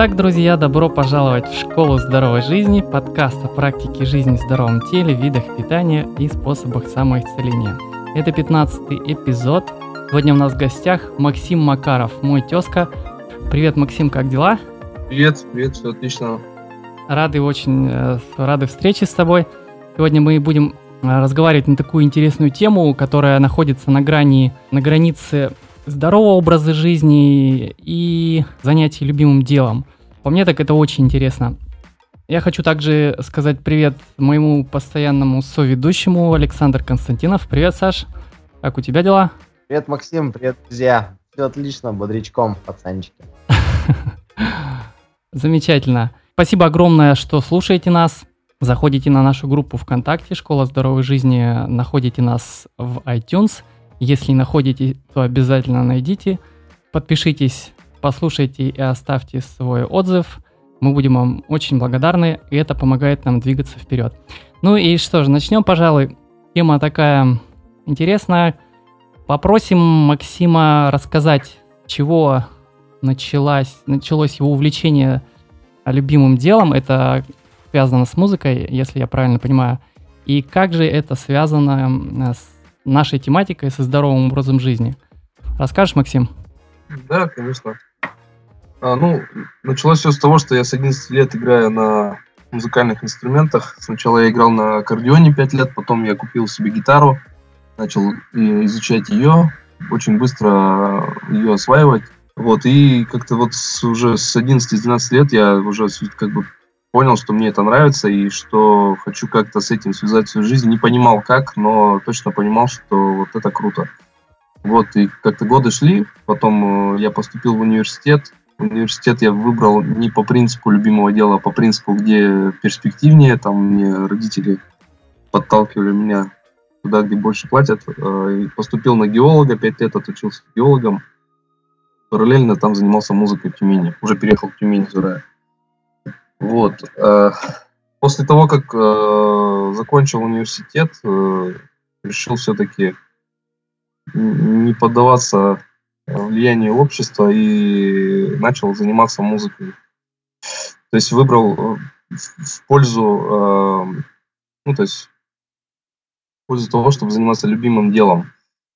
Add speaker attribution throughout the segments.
Speaker 1: Итак, друзья, добро пожаловать в Школу здоровой жизни, подкаст о практике жизни в здоровом теле, видах питания и способах самоисцеления. Это 15-й эпизод. Сегодня у нас в гостях Максим Макаров, мой тезка. Привет, Максим, как дела?
Speaker 2: Привет, все отлично.
Speaker 1: Рады встрече с тобой. Сегодня мы будем разговаривать на такую интересную тему, которая находится на границе здорового образа жизни и занятий любимым делом. По мне, так это очень интересно. Я хочу также сказать привет моему постоянному соведущему Александру Константинов. Привет, Саш. Как у тебя дела?
Speaker 3: Привет, Максим. Привет, друзья. Все отлично, бодрячком, пацанчики.
Speaker 1: Замечательно. Спасибо огромное, что слушаете нас. Заходите на нашу группу ВКонтакте «Школа здоровой жизни», находите нас в iTunes. Если находите, то обязательно найдите. Подпишитесь, послушайте и оставьте свой отзыв. Мы будем вам очень благодарны, и это помогает нам двигаться вперед. Ну и что же, начнем, пожалуй. Тема такая интересная. Попросим Максима рассказать, с чего началось его увлечение любимым делом. Это связано с музыкой, если я правильно понимаю. И как же это связано с нашей тематикой, со здоровым образом жизни? Расскажешь, Максим?
Speaker 2: Да, конечно. Началось все с того, что я с 11 лет играю на музыкальных инструментах. Сначала я играл на аккордеоне 5 лет, потом я купил себе гитару, начал изучать ее, очень быстро ее осваивать. И как-то уже с 11-12 лет я уже понял, что мне это нравится и что хочу как-то с этим связать свою жизнь. Не понимал как, но точно понимал, что это круто. И как-то годы шли, потом я поступил в университет. Университет я выбрал не по принципу любимого дела, а по принципу, где перспективнее. Там мне родители подталкивали меня туда, где больше платят. Поступил на геолога, 5 лет отучился геологом. Параллельно там занимался музыкой в Тюмени. Уже переехал в Тюмень из Урая. После того, как закончил университет, решил все-таки не поддаваться влиянию общества и начал заниматься музыкой. То есть выбрал в пользу того, чтобы заниматься любимым делом.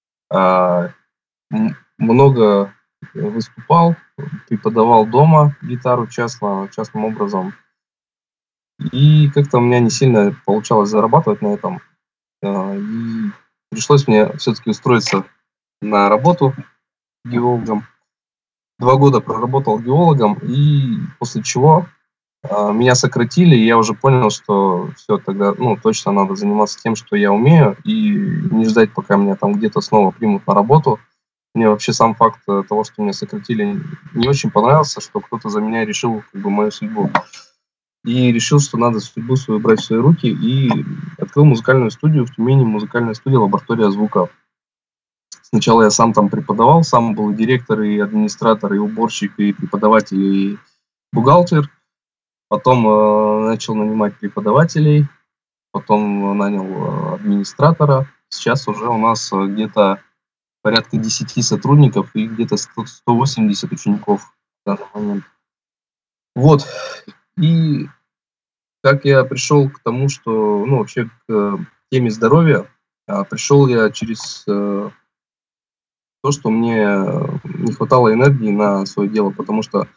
Speaker 2: Много выступал, преподавал дома гитару частным образом. И как-то у меня не сильно получалось зарабатывать на этом. И пришлось мне все-таки устроиться на работу геологом. 2 года проработал геологом, и после чего меня сократили, и я уже понял, что все, тогда точно надо заниматься тем, что я умею, и не ждать, пока меня там где-то снова примут на работу. Мне вообще сам факт того, что меня сократили, не очень понравился, что кто-то за меня решил мою судьбу. И решил, что надо судьбу свою брать в свои руки, и открыл музыкальную студию в Тюмени, музыкальная студия «Лаборатория звука». Сначала я сам там преподавал, сам был и директор, и администратор, и уборщик, и преподаватель, и бухгалтер. Потом начал нанимать преподавателей, потом нанял администратора. Сейчас уже у нас где-то порядка 10 сотрудников и где-то 180 учеников в данный момент. И как я пришел к тому, что, вообще к теме здоровья, пришел я через то, что мне не хватало энергии на свое дело, потому что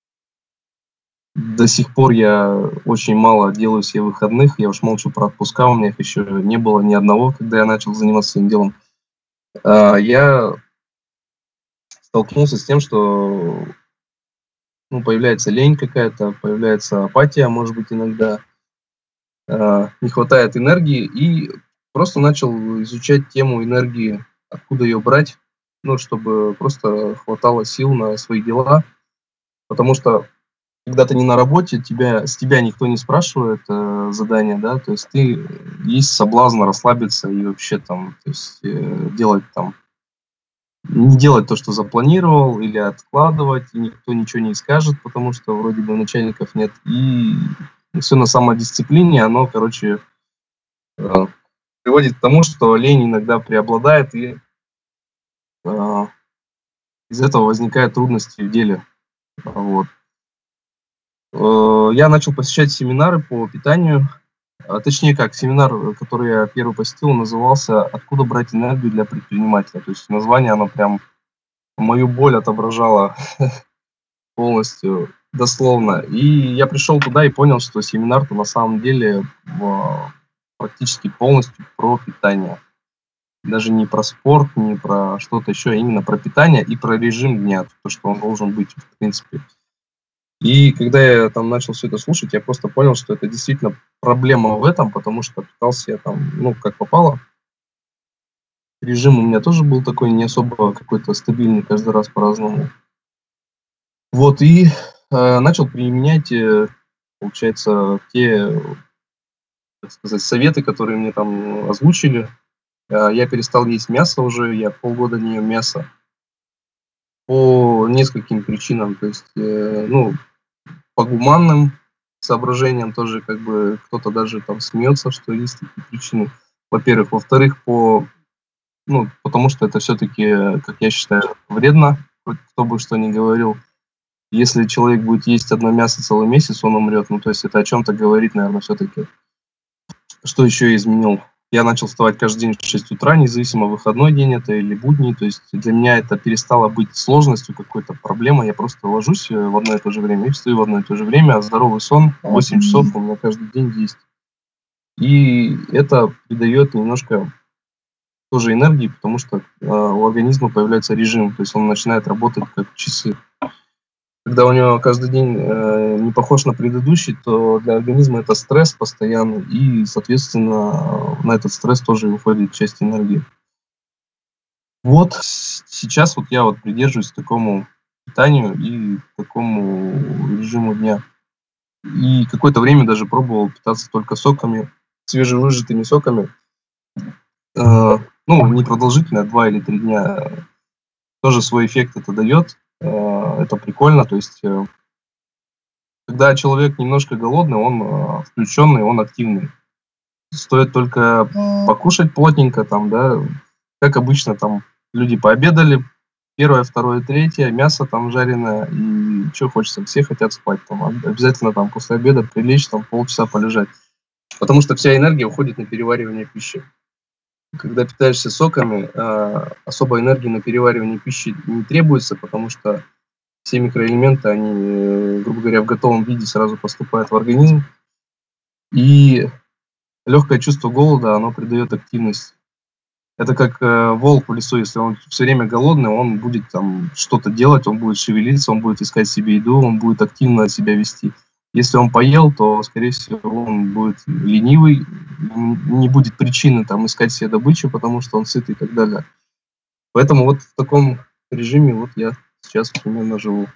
Speaker 2: до сих пор я очень мало делаю себе выходных, я уж молчу про отпуска, у меня их еще не было ни одного, когда я начал заниматься своим делом. Я столкнулся с тем, что появляется лень какая-то, появляется апатия, может быть, иногда не хватает энергии, и просто начал изучать тему энергии, откуда ее брать, чтобы просто хватало сил на свои дела, потому что когда ты не на работе, с тебя никто не спрашивает задания, да, то есть есть соблазн расслабиться и вообще не делать то, что запланировал, или откладывать, и никто ничего не скажет, потому что вроде бы начальников нет. И все на самодисциплине, оно, приводит к тому, что лень иногда преобладает, и из этого возникают трудности в деле. Я начал посещать семинары по питанию. Точнее как, семинар, который я первый посетил, назывался «Откуда брать энергию для предпринимателя». То есть название, оно прям мою боль отображало полностью, дословно. И я пришел туда и понял, что семинар-то на самом деле практически полностью про питание. Даже не про спорт, не про что-то еще, а именно про питание и про режим дня, то, что он должен быть, в принципе. И когда я там начал все это слушать, я просто понял, что это действительно проблема в этом, потому что питался я там, как попало. Режим у меня тоже был такой не особо какой-то стабильный, каждый раз по-разному. Вот, и начал применять, получается, те, так сказать, советы, которые мне там озвучили. Я перестал есть мясо уже, я полгода не ем мясо. По нескольким причинам, то есть, по гуманным соображениям тоже, как бы, кто-то даже там смеется, что есть такие причины, во-первых. Во-вторых, потому что это все-таки, как я считаю, вредно, хоть кто бы что ни говорил. Если человек будет есть одно мясо целый месяц, он умрет. То есть это о чем-то говорит, наверное, все-таки. Что еще я изменил? Я начал вставать каждый день в 6 утра, независимо, выходной день это или будний. То есть для меня это перестало быть сложностью, какой-то проблемой. Я просто ложусь в одно и то же время и встаю в одно и то же время. А здоровый сон 8 часов у меня каждый день есть. И это придает немножко тоже энергии, потому что у организма появляется режим. То есть он начинает работать как часы. Когда у него каждый день не похож на предыдущий, то для организма это стресс постоянный, и, соответственно, на этот стресс тоже уходит часть энергии. Вот сейчас вот я придерживаюсь такому питанию и такому режиму дня. И какое-то время даже пробовал питаться только соками, свежевыжатыми соками. Непродолжительно, 2 или 3 дня. Тоже свой эффект это дает. Это прикольно, то есть, когда человек немножко голодный, он включенный, он активный. Стоит только покушать плотненько, там, да, как обычно, там, люди пообедали, 1, 2, 3, мясо там жареное, и что хочется, все хотят спать, там, обязательно там после обеда прилечь, там, полчаса полежать, потому что вся энергия уходит на переваривание пищи. Когда питаешься соками, особо энергии на переваривание пищи не требуется, потому что все микроэлементы, они, грубо говоря, в готовом виде сразу поступают в организм. И легкое чувство голода, оно придает активность. Это как волк в лесу, если он все время голодный, он будет там что-то делать, он будет шевелиться, он будет искать себе еду, он будет активно себя вести. Если он поел, то, скорее всего, он будет ленивый, не будет причины там искать себе добычу, потому что он сыт и так далее. Поэтому вот в таком режиме вот я сейчас примерно живу.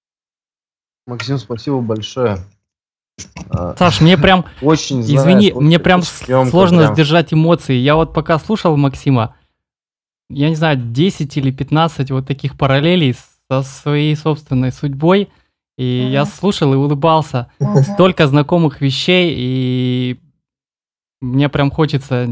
Speaker 3: Максим, спасибо большое.
Speaker 1: Саш, мне прям,
Speaker 3: Очень,
Speaker 1: извини, мне прям
Speaker 3: очень
Speaker 1: сложно
Speaker 3: прям.
Speaker 1: сдержать эмоции. Я вот пока слушал Максима, я не знаю, 10 или 15 вот таких параллелей со своей собственной судьбой, и я слушал и улыбался. Столько знакомых вещей, и мне прям хочется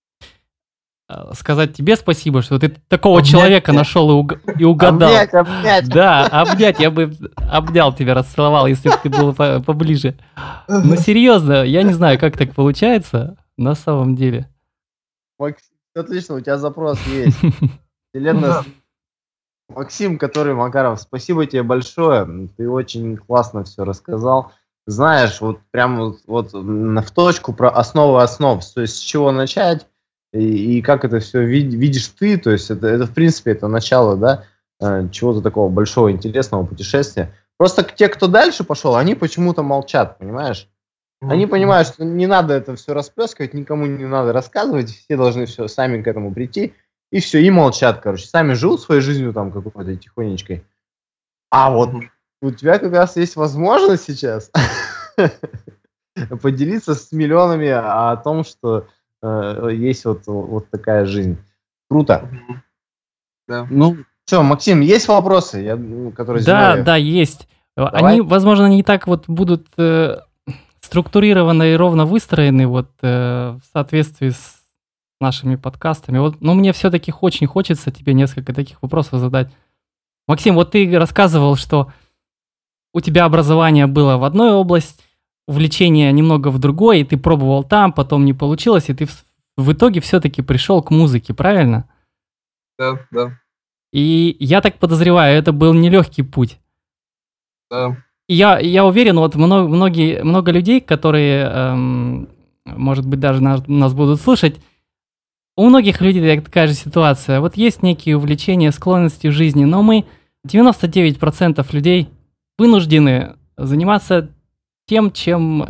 Speaker 1: сказать тебе спасибо, что ты такого человека нашел и угадал.
Speaker 3: Обнять.
Speaker 1: Да, обнять, я бы обнял тебя, расцеловал, если бы ты был поближе. Но серьезно, я не знаю, как так получается на самом деле.
Speaker 3: Максим, отлично, у тебя запрос есть. Вселенная. Максим, который Макаров, спасибо тебе большое. Ты очень классно все рассказал. Знаешь, вот прям вот в точку про основы основ, то есть с чего начать и как это все видишь ты, то есть это в принципе это начало, да, чего-то такого большого интересного путешествия. Просто те, кто дальше пошел, они почему-то молчат, понимаешь? Они понимают, что не надо это все расплескивать, никому не надо рассказывать, все должны все сами к этому прийти. И все, и молчат, короче. Сами живут своей жизнью там какой-то тихонечкой. А вот у тебя как раз есть возможность сейчас поделиться с миллионами о том, что есть вот такая жизнь. Круто.
Speaker 2: Да.
Speaker 3: Ну, все, Максим, есть вопросы, которые задали?
Speaker 1: Да, есть.
Speaker 3: Давай.
Speaker 1: Они, возможно, не так вот будут структурированы и ровно выстроены вот в соответствии с нашими подкастами. Но мне все-таки очень хочется тебе несколько таких вопросов задать. Максим, вот ты рассказывал, что у тебя образование было в одной области, увлечение немного в другой, и ты пробовал там, потом не получилось, и ты в итоге все-таки пришел к музыке, правильно?
Speaker 2: Да, да,
Speaker 1: И я так подозреваю, это был нелегкий путь.
Speaker 2: да.
Speaker 1: И я уверен, вот много людей, которые, может быть, даже нас будут слушать, у многих людей такая же ситуация. Вот есть некие увлечения, склонности в жизни, но мы, 99% людей, вынуждены заниматься тем, чем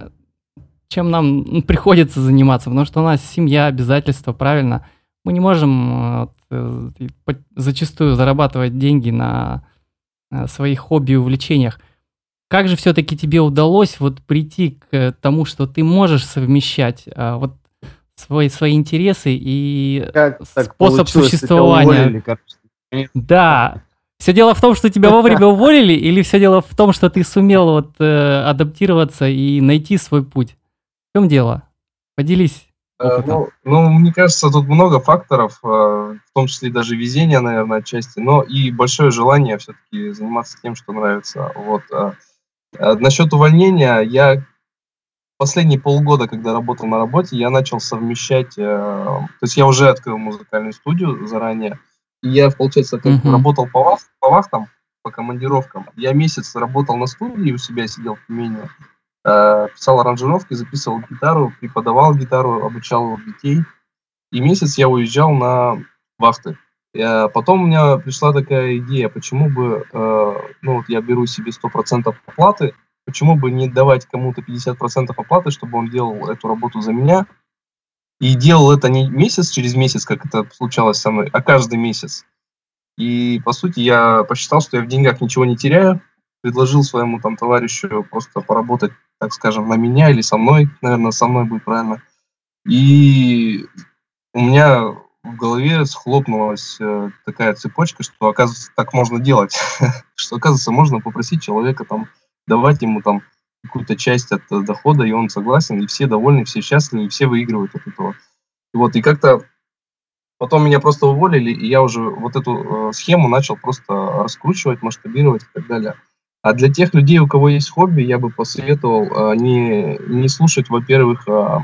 Speaker 1: нам приходится заниматься, потому что у нас семья, обязательства, правильно? Мы не можем зачастую зарабатывать деньги на своих хобби и увлечениях. Как же все-таки тебе удалось вот прийти к тому, что ты можешь совмещать вот свои интересы и
Speaker 3: Как так
Speaker 1: способ
Speaker 3: получилось, что тебя
Speaker 1: существования?
Speaker 3: уволили, короче?
Speaker 1: Да. Все дело в том, что тебя вовремя уволили, или все дело в том, что ты сумел вот адаптироваться и найти свой путь? В чем дело? Поделись опытом.
Speaker 2: Мне кажется, тут много факторов, в том числе даже везение, наверное, отчасти, но и большое желание все-таки заниматься тем, что нравится. Вот. Насчет увольнения, я последние полгода, когда работал на работе, я начал совмещать, то есть я уже открыл музыкальную студию заранее, и я, получается, как работал по вахтам, по командировкам. Я месяц работал на студии, у себя сидел в Тюмени, писал аранжировки, записывал гитару, преподавал гитару, обучал детей. И месяц я уезжал на вахты. Потом у меня пришла такая идея, почему бы, я беру себе 100% оплаты, почему бы не давать кому-то 50% оплаты, чтобы он делал эту работу за меня. И делал это не месяц через месяц, как это случалось со мной, а каждый месяц. И, по сути, я посчитал, что я в деньгах ничего не теряю, предложил своему там товарищу просто поработать, так скажем, на меня или со мной, наверное, со мной будет правильно. И у меня в голове схлопнулась такая цепочка, что, оказывается, так можно делать. Что, оказывается, можно попросить человека там, давать ему там какую-то часть от дохода, и он согласен, и все довольны, все счастливы, и все выигрывают от этого. Вот, и как-то потом меня просто уволили, и я уже вот эту схему начал просто раскручивать, масштабировать и так далее. А для тех людей, у кого есть хобби, я бы посоветовал не слушать, во-первых,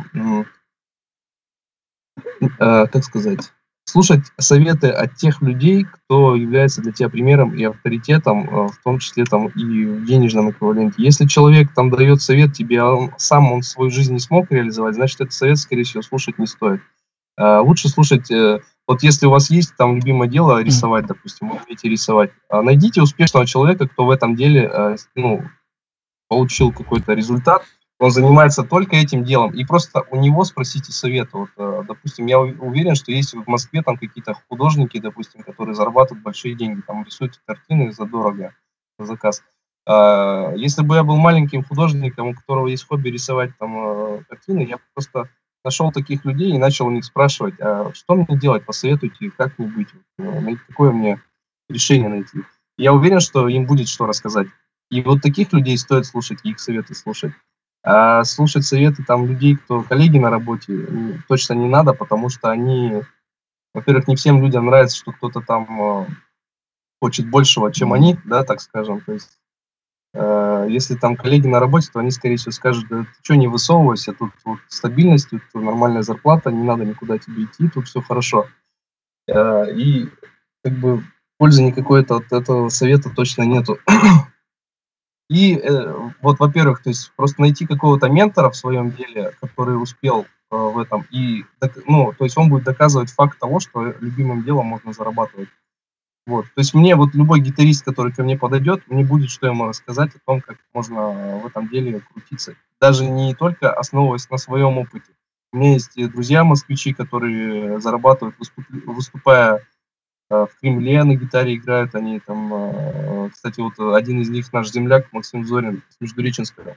Speaker 2: как сказать, слушать советы от тех людей, кто является для тебя примером и авторитетом, в том числе там и в денежном эквиваленте. Если человек там дает совет тебе, а он сам свою жизнь не смог реализовать, значит, этот совет, скорее всего, слушать не стоит. Лучше слушать, вот если у вас есть там любимое дело рисовать, допустим, вы умеете рисовать, найдите успешного человека, кто в этом деле получил какой-то результат, он занимается только этим делом, и просто у него спросите совета. Вот, допустим, я уверен, что есть в Москве там какие-то художники, допустим, которые зарабатывают большие деньги, там рисуют картины задорого за заказ. Если бы я был маленьким художником, у которого есть хобби рисовать там картины, я просто нашел таких людей и начал у них спрашивать, что мне делать, посоветуйте, как мне быть, какое мне решение найти. Я уверен, что им будет что рассказать. И вот таких людей стоит слушать, их советы слушать. А слушать советы там людей, кто коллеги на работе, точно не надо, потому что они, во-первых, не всем людям нравится, что кто-то там хочет большего, чем они, да, так скажем. То есть, если там коллеги на работе, то они, скорее всего, скажут, да ты что, не высовывайся, тут вот стабильность, тут нормальная зарплата, не надо никуда тебе идти, тут все хорошо. И как бы пользы никакой от этого совета точно нету. И вот, во-первых, то есть просто найти какого-то ментора в своем деле, который успел в этом, и, то есть он будет доказывать факт того, что любимым делом можно зарабатывать. Вот. То есть мне вот любой гитарист, который ко мне подойдет, мне будет что ему рассказать о том, как можно в этом деле крутиться. Даже не только основываясь на своем опыте. У меня есть друзья москвичи, которые зарабатывают, выступая в Кремле на гитаре играют. Они там, кстати, вот один из них наш земляк Максим Зорин с Междуреченского.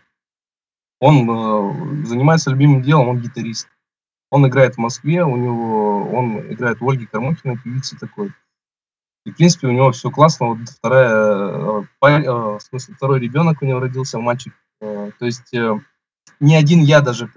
Speaker 2: Он занимается любимым делом, он гитарист. Он играет в Москве, он играет у Ольги Кормухиной, певицы такой. И, в принципе, у него все классно. Вот второй ребенок у него родился, мальчик. То есть не один я даже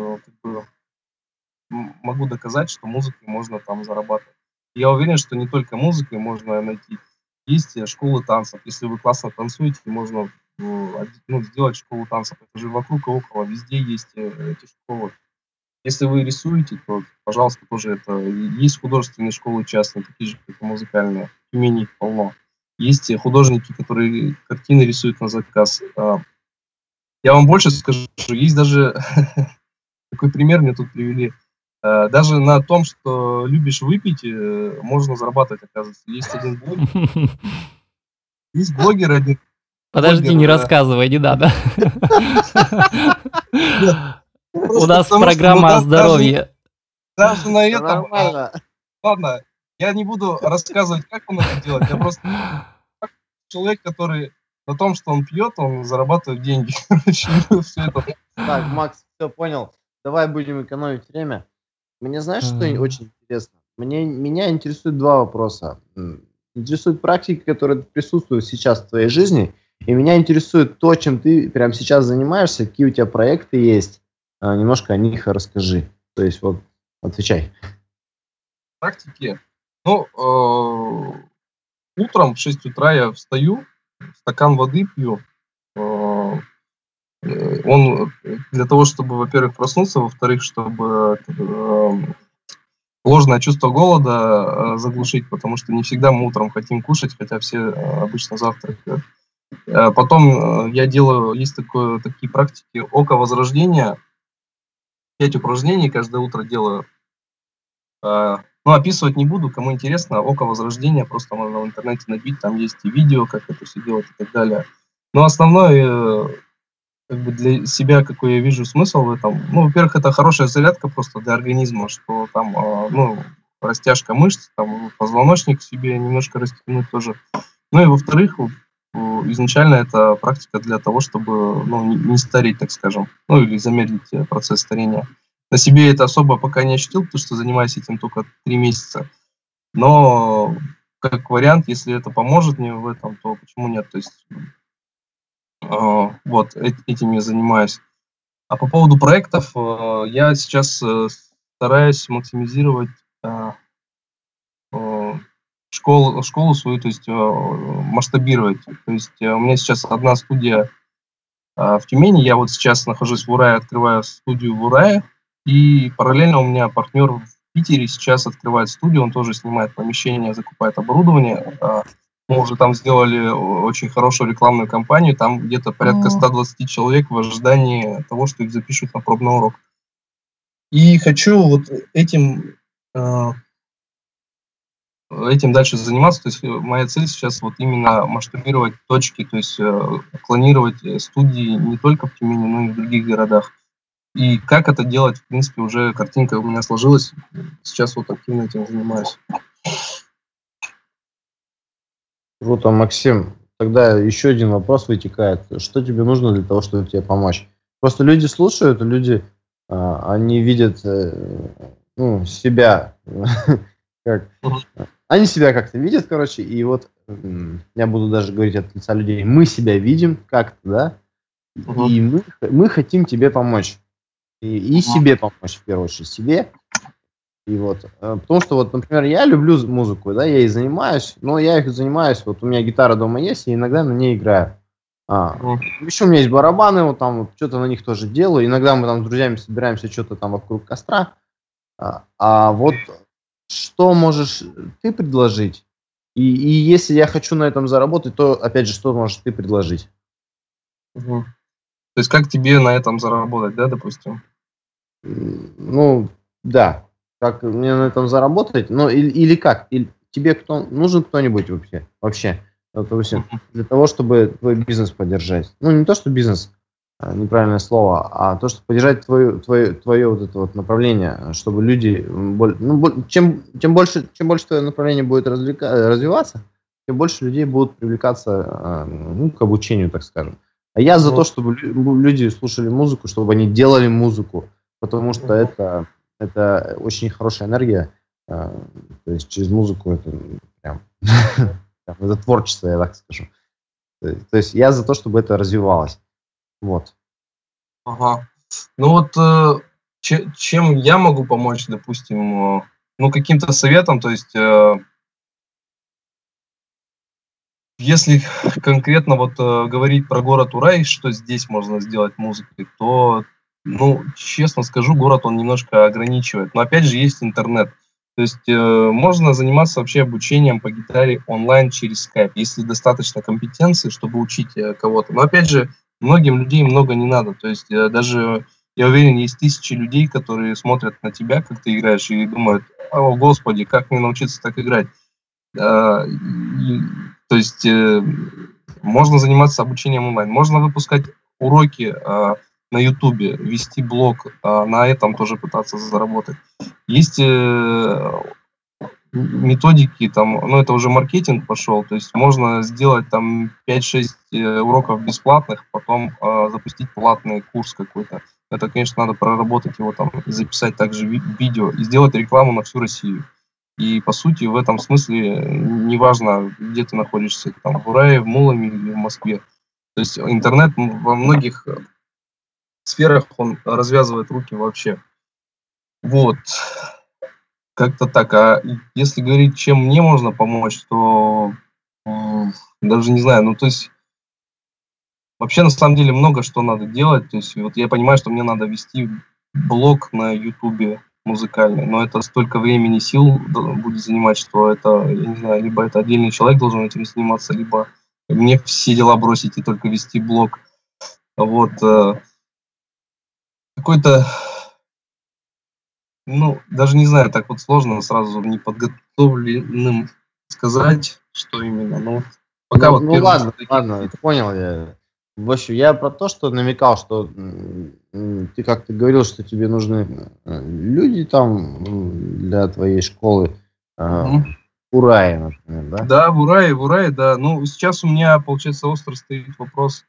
Speaker 2: могу доказать, что музыкой можно там зарабатывать. Я уверен, что не только музыкой можно найти. Есть школы танцев. Если вы классно танцуете, можно сделать школу танцев. Это же вокруг и около, везде есть эти школы. Если вы рисуете, то, пожалуйста, тоже это. Есть художественные школы частные, такие же, как и музыкальные. В Тюмени их полно. Есть художники, которые картины рисуют на заказ. Я вам больше скажу, есть даже такой пример мне тут привели. Даже на том, что любишь выпить, можно зарабатывать, оказывается. Есть один блогер, есть блогер один,
Speaker 1: Подожди, не
Speaker 2: блогер,
Speaker 1: рассказывай, не надо. У
Speaker 2: просто
Speaker 1: нас
Speaker 2: потому что,
Speaker 1: программа о здоровье.
Speaker 2: даже на
Speaker 3: Да
Speaker 2: этом,
Speaker 3: нормально.
Speaker 2: ладно, я не буду рассказывать, как он это делает, я просто человек, который на том, что он пьет, он зарабатывает деньги. Короче, все это.
Speaker 3: Так, Макс, все понял. Давай будем экономить время. Мне знаешь, что очень интересно? Меня интересуют два вопроса. Интересует практика, которая присутствует сейчас в твоей жизни, и меня интересует то, чем ты прямо сейчас занимаешься, какие у тебя проекты есть. Немножко о них расскажи. То есть вот отвечай.
Speaker 2: Практики. Ну, утром в 6 утра я встаю, стакан воды пью. Он для того, чтобы, во-первых, проснуться, во-вторых, чтобы ложное чувство голода заглушить, потому что не всегда мы утром хотим кушать, хотя все обычно завтракают. Потом я делаю, есть такие практики око возрождения. 5 упражнений каждое утро делаю. Ну, описывать не буду, кому интересно, око возрождения, просто можно в интернете набить, там есть и видео, как это все делать и так далее. Но основное, как бы для себя, какой я вижу смысл в этом, ну, во-первых, это хорошая зарядка просто для организма, что там, ну, растяжка мышц, там, позвоночник себе немножко растянуть тоже. Ну, и во-вторых, изначально это практика для того, чтобы, ну, не стареть, так скажем, ну, или замедлить процесс старения. На себе это особо пока не ощутил, потому что занимаюсь этим только 3 месяца. Но как вариант, если это поможет мне в этом, то почему нет? То есть вот этим я занимаюсь. А по поводу проектов, я сейчас стараюсь максимизировать школу свою, то есть масштабировать. То есть у меня сейчас одна студия в Тюмени, я вот сейчас нахожусь в Урае, открываю студию в Урае, и параллельно у меня партнер в Питере сейчас открывает студию, он тоже снимает помещение, закупает оборудование. Мы уже там сделали очень хорошую рекламную кампанию, там где-то порядка 120 человек в ожидании того, что их запишут на пробный урок. И хочу вот этим дальше заниматься. То есть моя цель сейчас вот именно масштабировать точки, то есть клонировать студии не только в Тюмени, но и в других городах. И как это делать, в принципе, уже картинка у меня сложилась. Сейчас вот активно этим занимаюсь.
Speaker 3: Круто, Максим. Тогда еще один вопрос вытекает. Что тебе нужно для того, чтобы тебе помочь? Просто люди слушают, люди, они видят себя, как они себя как-то видят, короче, и вот я буду даже говорить от лица людей, мы себя видим как-то, да, и мы хотим тебе помочь. И себе помочь, в первую очередь, себе. И вот, потому что, вот, например, я люблю музыку, да, я ей занимаюсь, но я их занимаюсь, вот у меня гитара дома есть, и иногда на ней играю. Еще у меня есть барабаны, вот там вот, что-то на них тоже делаю, иногда мы там с друзьями собираемся что-то там вокруг костра. А вот что можешь ты предложить? И если я хочу на этом заработать, то, опять же, что можешь ты предложить?
Speaker 2: То есть как тебе на этом заработать, да, допустим?
Speaker 3: Ну, да. Как мне на этом заработать? Ну, или как? Или тебе нужен кто-нибудь вообще? Вот, допустим, для того, чтобы твой бизнес поддержать. Ну, не то, что бизнес, неправильное слово, а то, чтобы поддержать твое вот это вот направление, чтобы люди, чем больше твое направление будет развиваться, тем больше людей будут привлекаться к обучению, так скажем. А я за то, чтобы люди слушали музыку, чтобы они делали музыку, потому что это очень хорошая энергия. То есть через музыку это прям это творчество, я так скажу. То есть я за то, чтобы это развивалось. Вот.
Speaker 2: Ага. Ну вот чем я могу помочь, допустим, ну каким-то советом, то есть Если конкретно вот говорить про город Урай, что здесь можно сделать музыкой, то, ну, честно скажу, город он немножко ограничивает. Но опять же есть интернет. То есть можно заниматься вообще обучением по гитаре онлайн через Skype, если достаточно компетенции, чтобы учить кого-то. Но опять же, многим людей много не надо. То есть даже, я уверен, есть тысячи людей, которые смотрят на тебя, как ты играешь, и думают: о, Господи, как мне научиться так играть? То есть можно заниматься обучением онлайн, можно выпускать уроки на Ютубе, вести блог, на этом тоже пытаться заработать. Есть методики, там, ну это уже маркетинг пошел, то есть можно сделать там 5-6 уроков бесплатных, потом запустить платный курс какой-то. Это, конечно, надо проработать его там, и записать также видео, и сделать рекламу на всю Россию. И, по сути, в этом смысле неважно, где ты находишься, там, в Урае, в Муломе или в Москве. То есть интернет во многих сферах, он развязывает руки вообще. Вот. Как-то так. А если говорить, чем мне можно помочь, то даже не знаю. Ну, то есть вообще, на самом деле, много что надо делать. То есть вот я понимаю, что мне надо вести блог на Ютубе музыкальный, но это столько времени и сил будет занимать, что это, я не знаю, либо это отдельный человек должен этим заниматься, либо мне все дела бросить и только вести блог. Вот. Какой-то, ну, даже не знаю, так вот сложно сразу неподготовленным сказать, что именно. Но вот пока вот
Speaker 3: Ну
Speaker 2: первые
Speaker 3: ладно,
Speaker 2: такие
Speaker 3: ладно,
Speaker 2: какие-то.
Speaker 3: понял я. В общем, я про то, что намекал, что ты как-то говорил, что тебе нужны люди там для твоей школы
Speaker 2: Мгм.
Speaker 3: Урая, например, да?
Speaker 2: Да, в Урае, да. Ну, сейчас у меня, получается, остро стоит вопрос.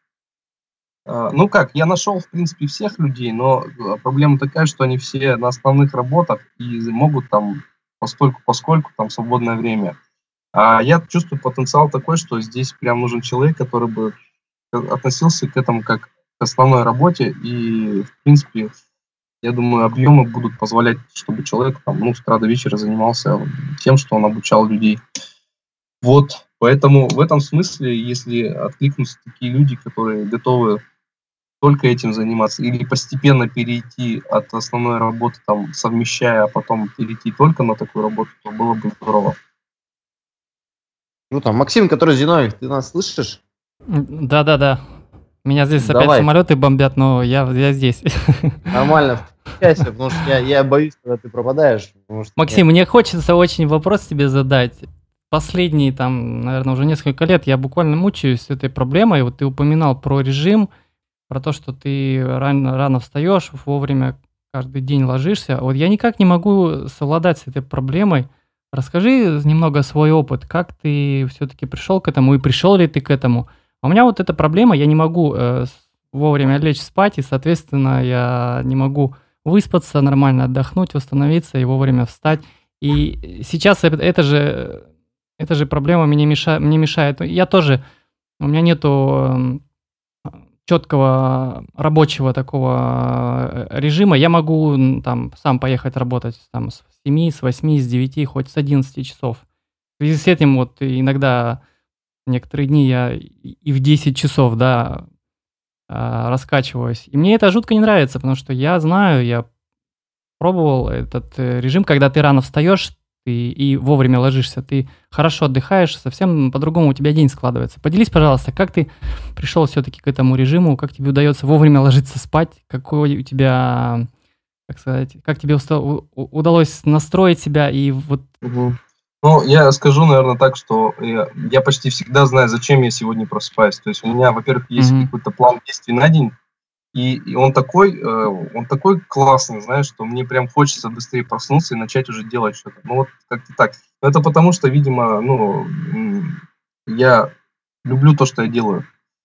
Speaker 2: Ну как, я нашел, в принципе, всех людей, но проблема такая, что они все на основных работах и могут там поскольку там свободное время. А я чувствую потенциал такой, что здесь прям нужен человек, который бы относился к этому как к основной работе. И, в принципе, я думаю, объемы будут позволять, чтобы человек там, ну, с утра до вечера занимался тем, что он обучал людей. Вот, поэтому в этом смысле, если откликнутся такие люди, которые готовы только этим заниматься или постепенно перейти от основной работы, там, совмещая, а потом перейти только на такую работу, то было бы здорово.
Speaker 3: Ну там, Максим, который Зиновьев, ты нас слышишь?
Speaker 1: Да-да-да. Меня здесь опять
Speaker 3: Давай,
Speaker 1: самолеты бомбят, но я здесь.
Speaker 3: нормально включайся, потому что я боюсь, когда ты пропадаешь. Потому что
Speaker 1: Максим, мне хочется очень вопрос тебе задать. Последние, там, наверное, уже несколько лет я буквально мучаюсь с этой проблемой. Вот ты упоминал про режим, про то, что ты рано встаешь, вовремя каждый день ложишься. Вот я никак не могу совладать с этой проблемой. Расскажи немного свой опыт, как ты все-таки пришел к этому и пришел ли ты к этому. А у меня вот эта проблема, я не могу вовремя лечь спать, и, соответственно, я не могу выспаться, нормально отдохнуть, восстановиться и вовремя встать. И сейчас это же проблема мне мешает. Я тоже, у меня нету четкого рабочего такого режима. Я могу там сам поехать работать там с 7, с 8, с 9, хоть с 11 часов. В связи с этим вот иногда некоторые дни я и в 10 часов, да, раскачиваюсь. И мне это жутко не нравится, потому что я знаю, я пробовал этот режим, когда ты рано встаешь и вовремя ложишься, ты хорошо отдыхаешь, совсем по-другому у тебя день складывается. Поделись, пожалуйста, как ты пришел все-таки к этому режиму, как тебе удается вовремя ложиться спать, какой у тебя, как сказать, как тебе удалось настроить себя и вот...
Speaker 2: Ну, я скажу, наверное, так, что я почти всегда знаю, зачем я сегодня просыпаюсь. То есть у меня, во-первых, есть какой-то план действий на день, и он такой классный, знаешь, что мне прям хочется быстрее проснуться и начать уже делать что-то. Ну вот как-то так. Но это потому, что, видимо, ну, я люблю то, что я делаю.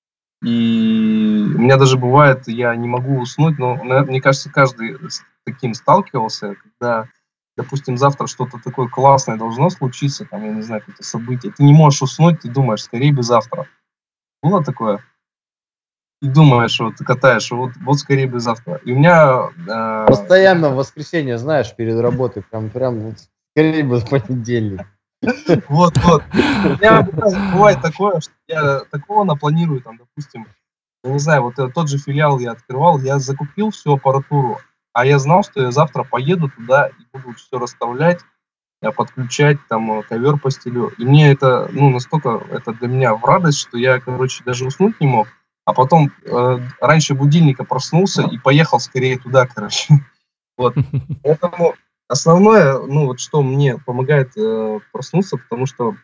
Speaker 2: И у меня даже бывает, я не могу уснуть, но мне кажется, каждый с таким сталкивался, когда, допустим, завтра что-то такое классное должно случиться, там, я не знаю, какое-то событие, ты не можешь уснуть, ты думаешь, скорее бы завтра. Было такое? И думаешь, вот ты катаешь, вот скорее бы завтра. И у меня...
Speaker 3: постоянно в воскресенье, знаешь, перед работой, прям скорее бы в понедельник.
Speaker 2: Вот. У меня бывает такое, что я такого напланирую, там, допустим, я не знаю, вот тот же филиал я открывал, я закупил всю аппаратуру, а я знал, что я завтра поеду туда и буду все расставлять, подключать, там, ковер постелю. И мне это, ну, настолько это для меня в радость, что я, короче, даже уснуть не мог. А потом раньше будильника проснулся и поехал скорее туда, короче. Вот. Поэтому основное, ну, вот что мне помогает проснуться, потому что,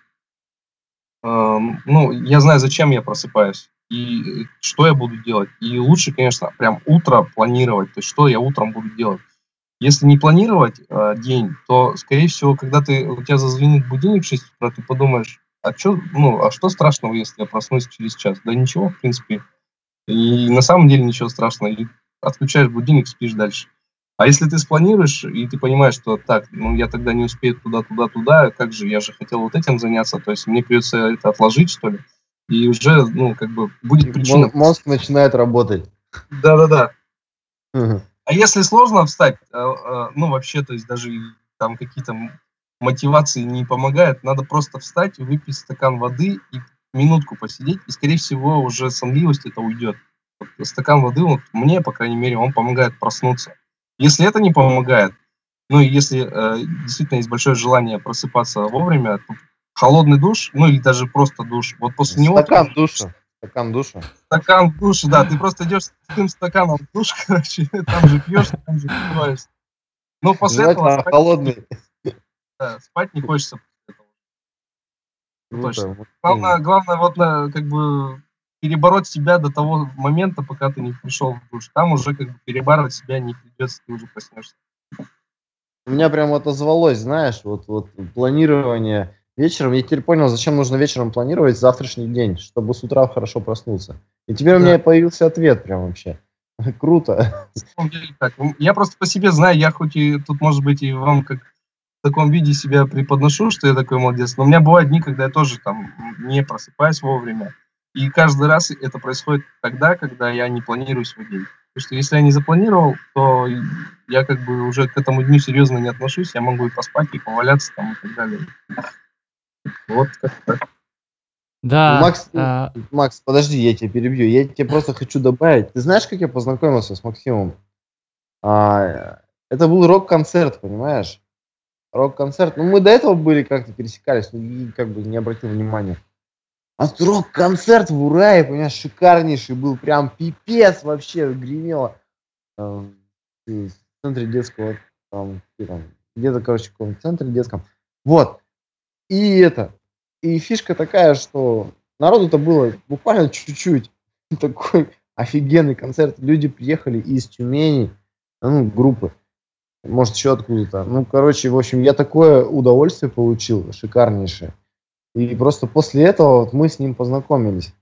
Speaker 2: ну, я знаю, зачем я просыпаюсь и что я буду делать. И лучше, конечно, прям утро планировать, то есть что я утром буду делать. Если не планировать день, то, скорее всего, когда у тебя зазвенит будильник в 6 утра, ты подумаешь, а что страшного, если я проснусь через час? Да ничего, в принципе. И на самом деле ничего страшного. И отключаешь будильник, спишь дальше. А если ты спланируешь, и ты понимаешь, что так, ну я тогда не успею туда, как же, я же хотел вот этим заняться, то есть мне придется это отложить, что ли, и уже, ну, как бы будет причина.
Speaker 3: Мозг начинает работать.
Speaker 2: Да-да-да. А если сложно встать, ну, вообще, то есть даже там какие-то мотивации не помогают, надо просто встать, выпить стакан воды и минутку посидеть, и, скорее всего, уже сонливость это уйдет. Вот стакан воды, вот мне, по крайней мере, он помогает проснуться. Если это не помогает, ну, и если действительно есть большое желание просыпаться вовремя, то холодный душ, ну, или даже просто душ, вот после него...
Speaker 3: Стакан душа.
Speaker 2: Стакан в душе, да, ты просто идешь с таким стаканом в душ, короче, там же пьешь, там же пиваешь. Но после этого
Speaker 3: холодный.
Speaker 2: спать не хочется после этого.
Speaker 3: Ну,
Speaker 2: Точно.
Speaker 3: да,
Speaker 2: Главное вот как бы перебороть себя до того момента, пока ты не пришел в душ. Там уже как бы перебарывать себя не придется, ты уже проснешься.
Speaker 3: У меня прям отозвалось, знаешь, вот планирование вечером. Я теперь понял, зачем нужно вечером планировать завтрашний день, чтобы с утра хорошо проснуться. И теперь у меня появился ответ прям вообще. Круто.
Speaker 2: На самом деле так. Я просто по себе знаю, я хоть и тут, может быть, и вам как в таком виде себя преподношу, что я такой молодец, но у меня бывают дни, когда я тоже там не просыпаюсь вовремя. И каждый раз это происходит тогда, когда я не планирую свой день. Потому что если я не запланировал, то я как бы уже к этому дню серьезно не отношусь, я могу и поспать, и поваляться там и так далее. Вот как-то так.
Speaker 1: Да.
Speaker 3: Макс, подожди, я тебя перебью. Я тебе просто хочу добавить. Ты знаешь, как я познакомился с Максимом? Это был рок-концерт, понимаешь? Рок-концерт. Ну, мы до этого были как-то пересекались, и как бы не обратил внимания. А рок-концерт в Урае, понимаешь, шикарнейший был. Прям пипец вообще гремело. В центре детского, где-то, короче, в каком-то центре детском. Вот. И фишка такая, что народу-то было буквально чуть-чуть. Такой офигенный концерт. Люди приехали из Тюмени, ну, группы. Может, еще откуда-то. Ну, короче, в общем, я такое удовольствие получил, шикарнейшее. И просто после этого вот мы с ним познакомились.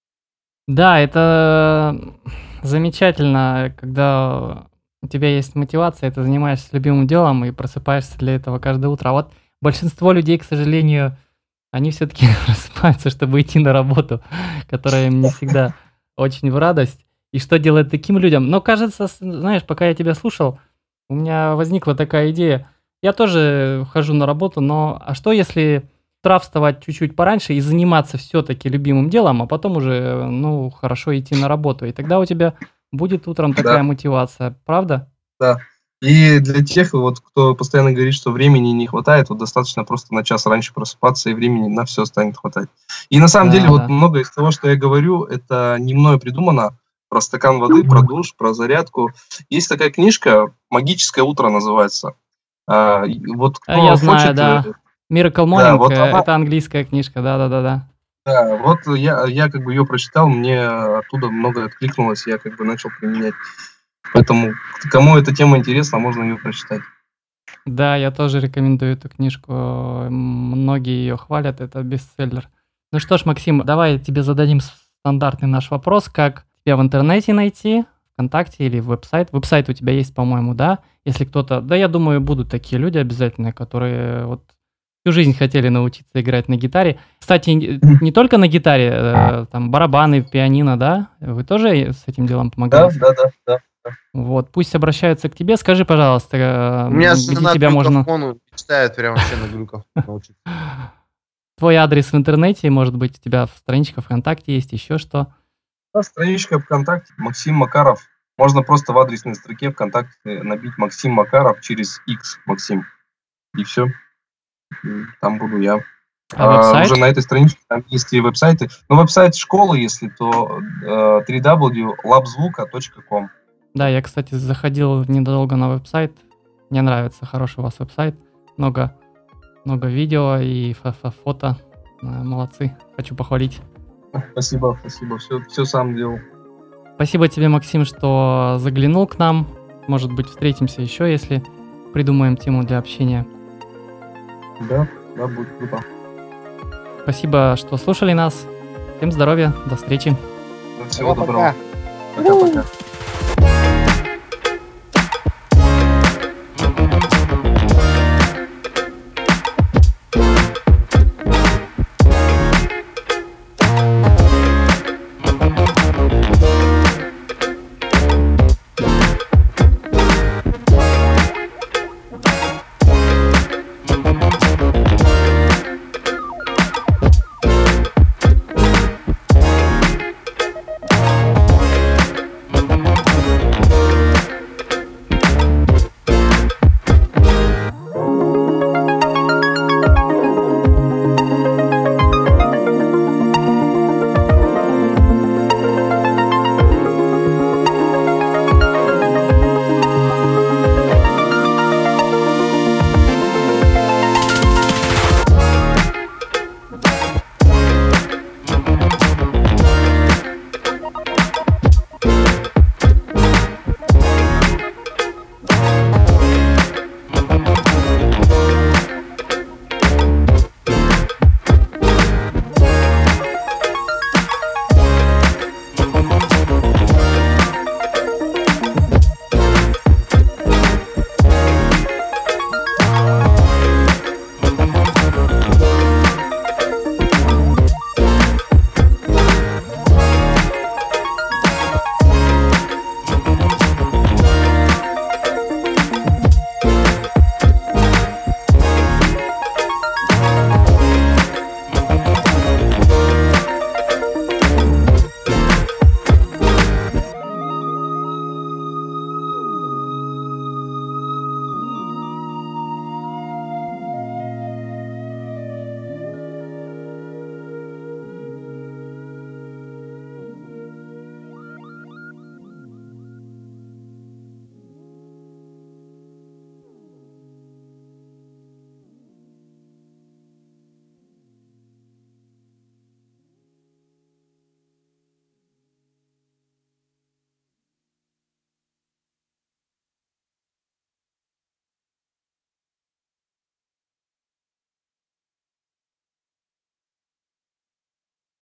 Speaker 1: Да, это замечательно, когда у тебя есть мотивация, ты занимаешься любимым делом и просыпаешься для этого каждое утро. А вот большинство людей, к сожалению, они все-таки просыпаются, чтобы идти на работу, которая им не всегда очень в радость. И что делать таким людям? Но кажется, знаешь, пока я тебя слушал, у меня возникла такая идея. Я тоже хожу на работу, но а что если с утра вставать чуть-чуть пораньше и заниматься все-таки любимым делом, а потом уже, ну, хорошо идти на работу. И тогда у тебя будет утром такая мотивация, правда?
Speaker 2: Да. И для тех, вот, кто постоянно говорит, что времени не хватает, вот достаточно просто на час раньше просыпаться, и времени на все станет хватать. И на самом деле, вот многое из того, что я говорю, это не мною придумано. Про стакан воды, про душ, про зарядку. Есть такая книжка «Магическое утро» называется. Вот кто
Speaker 1: я знаю,
Speaker 2: хочет,
Speaker 1: да. Miracle Morning, вот это английская книжка, да.
Speaker 2: Да, вот я как бы ее прочитал, мне оттуда много откликнулось, я как бы начал применять. Поэтому, кому эта тема интересна, можно ее прочитать.
Speaker 1: Да, я тоже рекомендую эту книжку. Многие ее хвалят, это бестселлер. Ну что ж, Максим, давай тебе зададим стандартный наш вопрос. Как тебя в интернете найти? ВКонтакте или веб-сайт? Веб-сайт у тебя есть, по-моему, да? Если кто-то... Да, я думаю, будут такие люди обязательно, которые вот всю жизнь хотели научиться играть на гитаре. Кстати, не только на гитаре, там барабаны, пианино, да? Вы тоже с этим делом помогаете?
Speaker 2: Да.
Speaker 1: Вот, пусть обращаются к тебе. Скажи, пожалуйста,
Speaker 3: у меня
Speaker 1: где тебя можно...
Speaker 3: мечтает прям вообще на глюкофону научиться.
Speaker 1: твой адрес в интернете, может быть, у тебя страничка ВКонтакте есть, еще что?
Speaker 2: Да, страничка ВКонтакте Максим Макаров. Можно просто в адресной строке ВКонтакте набить Максим Макаров через X Максим. И все. Там буду я.
Speaker 1: А веб-сайт?
Speaker 2: Уже на этой страничке там есть и веб-сайты. Но веб-сайт школы, если, то www.labzvuka.com.
Speaker 1: Да, я, кстати, заходил недолго на веб-сайт. Мне нравится, хороший у вас веб-сайт. Много видео и фото. Молодцы, хочу похвалить.
Speaker 2: Спасибо. Все сам делал.
Speaker 1: Спасибо тебе, Максим, что заглянул к нам. Может быть, встретимся еще, если придумаем тему для общения.
Speaker 2: Да, будет круто.
Speaker 1: Спасибо, что слушали нас. Всем здоровья, до встречи.
Speaker 2: Всего доброго. Пока-пока.